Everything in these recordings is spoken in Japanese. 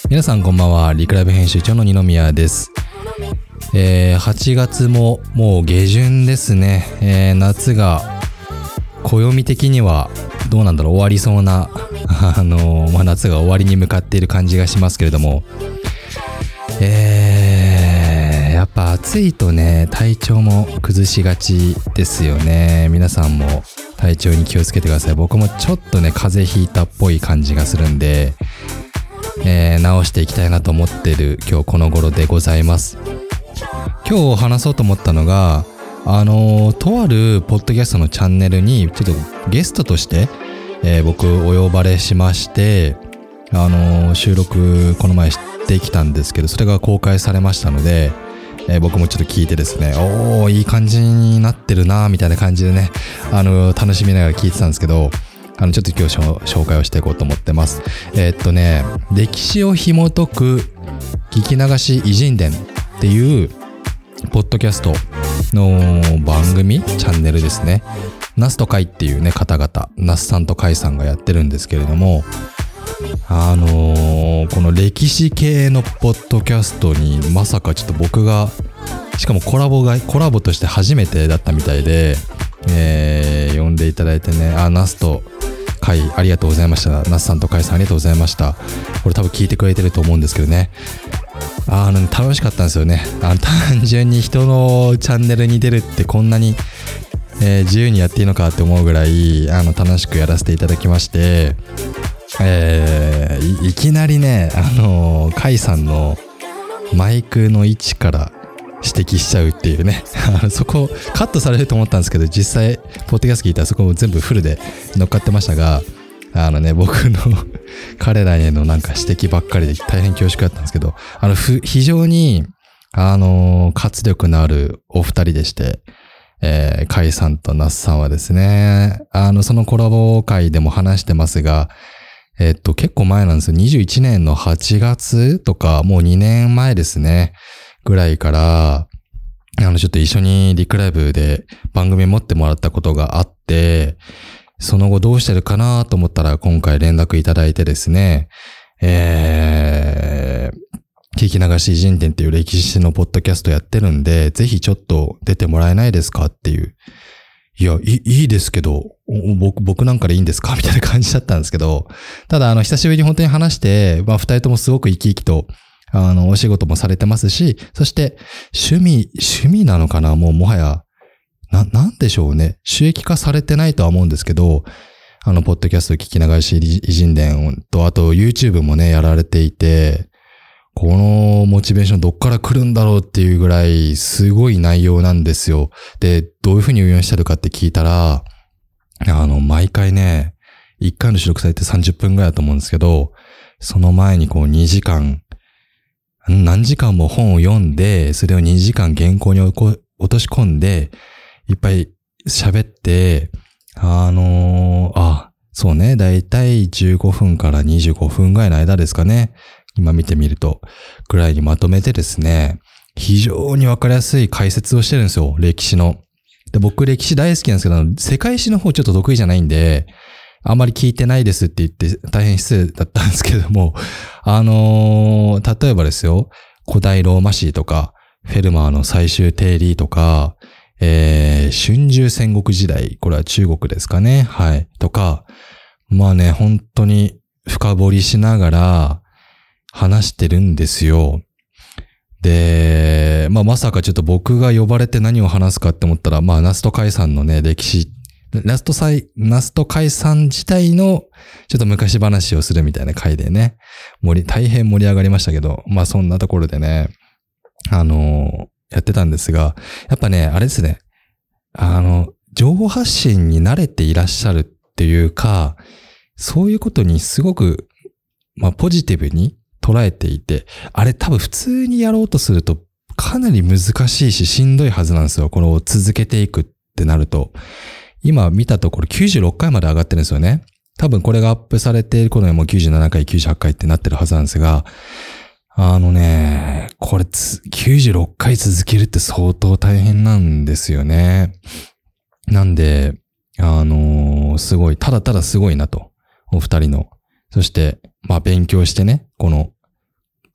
皆さんこんばんは。リクライブ編集長の二宮です。8月ももう下旬ですね。夏が暦的にはどうなんだろう、終わりそうな夏が終わりに向かっている感じがしますけれども、やっぱ暑いとね、体調も崩しがちですよね。皆さんも体調に気をつけてください。僕もちょっとね、風邪ひいたっぽい感じがするんで、直していきたいなと思っている今日この頃でございます。今日話そうと思ったのが、とあるポッドキャストのチャンネルにちょっとゲストとして、僕お呼ばれしまして、収録この前してきたんですけど、それが公開されましたので、僕もちょっと聞いてですね、いい感じになってるなみたいな感じでね、楽しみながら聞いてたんですけど、ちょっと今日紹介をしていこうと思ってます。歴史を紐解く聞き流し偉人伝っていうポッドキャストの番組チャンネルですね。ナスとカイっていうね方々、ナスさんとカイさんがやってるんですけれども、この歴史系のポッドキャストにまさかちょっと僕が、しかもコラボとして初めてだったみたいで、呼んでいただいてね、ナスとカイありがとうございました。ナスさんとカイさんありがとうございました。これ多分聞いてくれてると思うんですけどね、楽しかったんですよね。単純に人のチャンネルに出るってこんなに、自由にやっていいのかって思うぐらい楽しくやらせていただきまして、いきなりねカイさんのマイクの位置から指摘しちゃうっていうねそこカットされると思ったんですけど、実際ポッドキャスト聞いたらそこも全部フルで乗っかってましたが、僕の彼らへのなんか指摘ばっかりで大変恐縮だったんですけど、非常に活力のあるお二人でして、カイさんとナスさんはですね、そのコラボ会でも話してますが、結構前なんですよ。21年の8月とか、もう2年前ですね。ぐらいから、ちょっと一緒にリクライブで番組持ってもらったことがあって、その後どうしてるかなと思ったら今回連絡いただいてですね、聞き流し偉人伝っていう歴史のポッドキャストやってるんで、ぜひちょっと出てもらえないですかっていう。いや、いいですけど、僕なんかでいいんですかみたいな感じだったんですけど、ただ久しぶりに本当に話して、二人ともすごく生き生きと、お仕事もされてますし、そして趣味なのかな、もはや、なんでしょうね。収益化されてないとは思うんですけど、ポッドキャスト聞き流し偉人伝と、あと YouTube もね、やられていて、このモチベーションどっから来るんだろうっていうぐらいすごい内容なんですよ。で、どういうふうに運用してるかって聞いたら、毎回ね、1回の収録されて30分ぐらいだと思うんですけど、その前に2時間、何時間も本を読んで、それを2時間原稿に落とし込んで、いっぱい喋って、そうね、だいたい15分から25分ぐらいの間ですかね。今見てみると、ぐらいにまとめてですね、非常にわかりやすい解説をしてるんですよ、歴史の。で、僕歴史大好きなんですけど、世界史の方ちょっと得意じゃないんで、あんまり聞いてないですって言って大変失礼だったんですけども、例えばですよ、古代ローマ史とか、フェルマーの最終定理とか、春秋戦国時代、これは中国ですかね、はい、とか、まあね、本当に深掘りしながら話してるんですよ。で、まさかちょっと僕が呼ばれて何を話すかって思ったら、ナスとカイさんのね、歴史、ナスとカイさん自体のちょっと昔話をするみたいな回でね、大変盛り上がりましたけど、そんなところでね、やってたんですが、やっぱね、あれですね、情報発信に慣れていらっしゃるっていうか、そういうことにすごく、ポジティブに捉えていて、あれ多分普通にやろうとするとかなり難しいししんどいはずなんですよ。この続けていくってなると。今見たところ96回まで上がってるんですよね。多分これがアップされている頃にはもう97回、98回ってなってるはずなんですが、これ96回続けるって相当大変なんですよね。なんで、すごい、ただすごいなと。お二人の。そして、勉強してね、この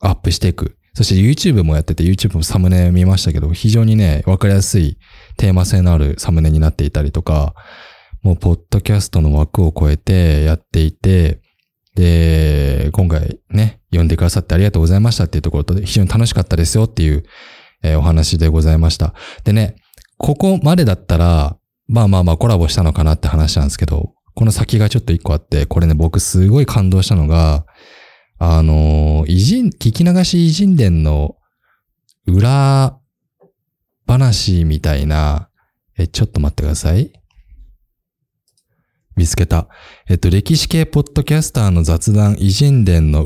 アップしていく。そして YouTube もやってて、YouTube もサムネ見ましたけど、非常にね、わかりやすいテーマ性のあるサムネになっていたりとか、もうポッドキャストの枠を超えてやっていて、で、今回ね、呼んでくださってありがとうございましたっていうところと、非常に楽しかったですよっていう、お話でございました。でね、ここまでだったら、まあコラボしたのかなって話なんですけど、この先がちょっと一個あって、これね、僕すごい感動したのが、聞き流し偉人伝の裏話みたいな、ちょっと待ってください。見つけた。歴史系ポッドキャスターの雑談偉人伝の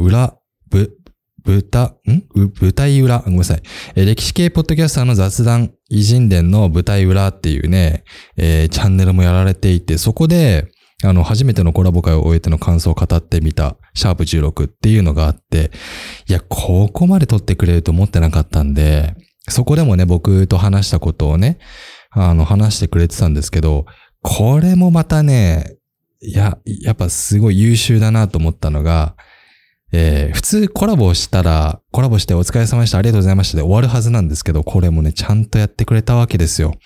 舞台裏、ごめんなさい。歴史系ポッドキャスターの雑談偉人伝の舞台裏っていうね、チャンネルもやられていて、そこで、初めてのコラボ会を終えての感想を語ってみた、シャープ16っていうのがあって、いや、ここまで撮ってくれると思ってなかったんで、そこでもね、僕と話したことをね、話してくれてたんですけど、これもまたね、やっぱすごい優秀だなと思ったのが、普通コラボしてお疲れ様でした、ありがとうございましたで終わるはずなんですけど、これもね、ちゃんとやってくれたわけですよ。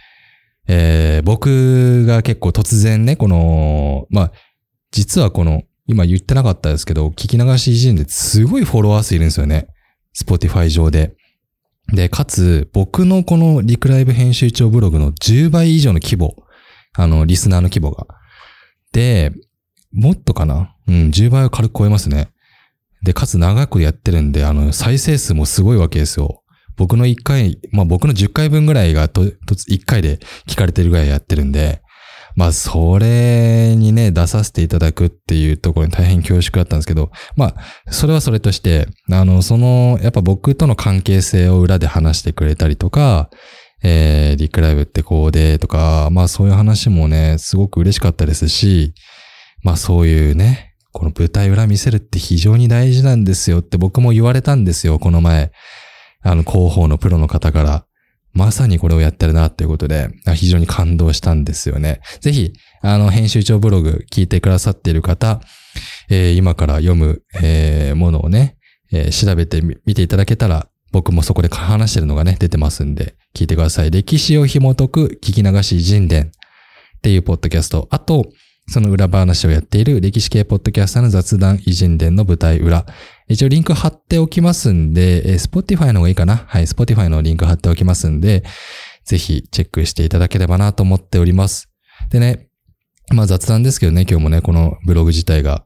僕が結構突然ね、実は今言ってなかったですけど、聞き流し偉人ですごいフォロワー数いるんですよね。Spotify 上で。で、かつ、僕のこのリクライブ編集長ブログの10倍以上の規模。リスナーの規模が。で、もっとかな10倍は軽く超えますね。で、かつ長くやってるんで、再生数もすごいわけですよ。僕の10回分ぐらいが1回で聞かれてるぐらいやってるんで、それにね、出させていただくっていうところに大変恐縮だったんですけど、それはそれとして、やっぱ僕との関係性を裏で話してくれたりとか、リクライブってこうでとか、そういう話もね、すごく嬉しかったですし、そういうね、この舞台裏見せるって非常に大事なんですよって僕も言われたんですよ、この前。広報のプロの方から、まさにこれをやってるなっていうことで、非常に感動したんですよね。ぜひ、編集長ブログ聞いてくださっている方、今から読む、ものをね、調べてみていただけたら、僕もそこで話してるのがね、出てますんで、聞いてください。歴史を紐解く聞き流し偉人伝っていうポッドキャスト。あと、その裏話をやっている歴史系ポッドキャスターの雑談偉人伝の舞台裏。一応リンク貼っておきますんで、Spotify の方がいいかな。はい、Spotify のリンク貼っておきますんで、ぜひチェックしていただければなと思っております。でね、雑談ですけどね、今日もね、このブログ自体が。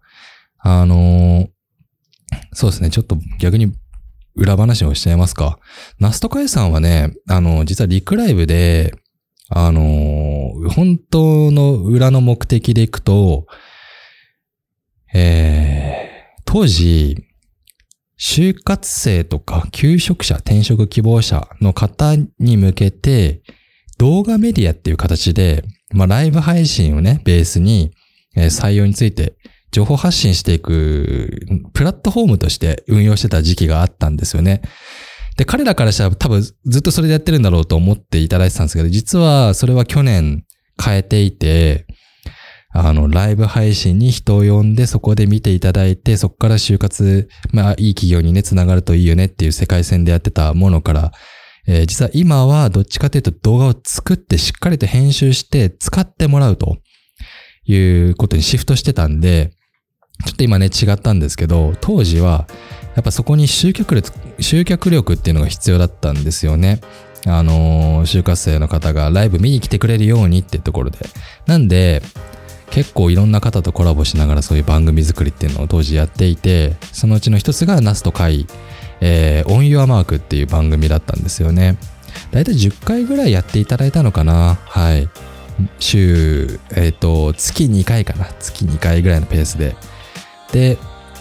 そうですね、ちょっと逆に裏話をしちゃいますか。ナストカイさんはね、実はリクライブで、本当の裏の目的でいくと、当時、就活生とか求職者、転職希望者の方に向けて、動画メディアっていう形で、ライブ配信をね、ベースに、採用について情報発信していくプラットフォームとして運用してた時期があったんですよね。で、彼らからしたら多分ずっとそれでやってるんだろうと思っていただいてたんですけど、実はそれは去年変えていて、ライブ配信に人を呼んでそこで見ていただいて、そこから就活、いい企業にね、つながるといいよねっていう世界線でやってたものから、実は今はどっちかというと動画を作ってしっかりと編集して使ってもらうということにシフトしてたんで、ちょっと今ね違ったんですけど、当時はやっぱそこに集客力っていうのが必要だったんですよね。就活生の方がライブ見に来てくれるようにってところで。なんで、結構いろんな方とコラボしながらそういう番組作りっていうのを当時やっていて、そのうちの一つがナスと会、オンユアマークっていう番組だったんですよね。だいたい10回ぐらいやっていただいたのかな。はい。月2回かな。月2回ぐらいのペースで。で、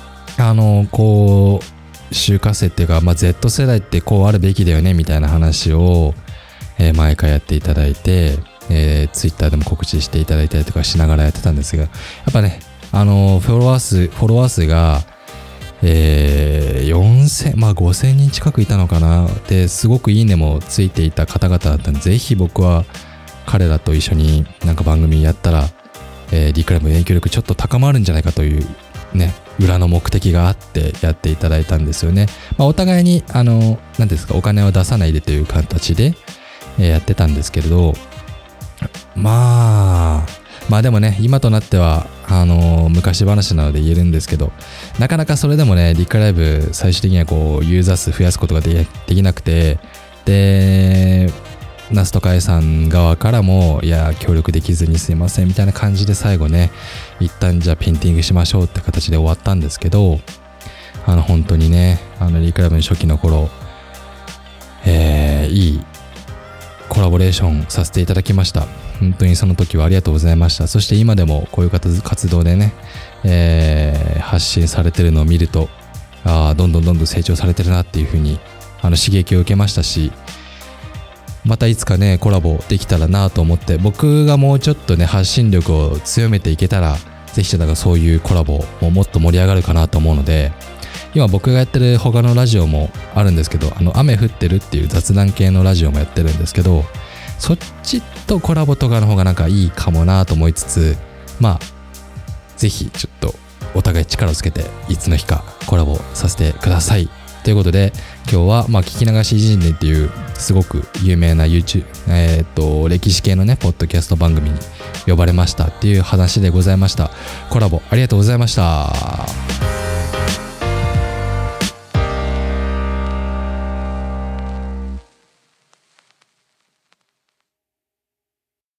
就活生っていうか、Z 世代ってこうあるべきだよねみたいな話を、毎回やっていただいて、Twitter でも告知していただいたりとかしながらやってたんですが、やっぱね、フォロワー数が、5000人近くいたのかな。で、すごくいいねもついていた方々だったんで、ぜひ僕は彼らと一緒になんか番組やったら、リクライブの影響力ちょっと高まるんじゃないかというね、裏の目的があってやっていただいたんですよね。お互いに、何ですか、お金を出さないでという形で、やってたんですけれど、まあでもね、今となっては、昔話なので言えるんですけど、なかなかそれでもね、リクライブ最終的にはこう、ユーザー数増やすことができなくて、で、ナスとカイさん側からも、いや、協力できずにすいません、みたいな感じで最後ね、一旦じゃあペインティングしましょうって形で終わったんですけど、本当にね、リクライブの初期の頃、いいコラボレーションさせていただきました。本当にその時はありがとうございました。そして今でもこういう活動でね、発信されてるのを見ると、どんどん成長されてるなっていうふうに刺激を受けましたし、またいつかねコラボできたらなと思って、僕がもうちょっとね発信力を強めていけたら、ぜひだからそういうコラボももっと盛り上がるかなと思うので、今僕がやってる他のラジオもあるんですけど、雨降ってるっていう雑談系のラジオもやってるんですけど、そっちとコラボとかの方がなんかいいかもなと思いつつ、ぜひちょっとお互い力をつけていつの日かコラボさせてくださいということで、今日は聞き流し人伝っていうすごく有名な YouTube、歴史系のねポッドキャスト番組に呼ばれましたっていう話でございました。コラボありがとうございました。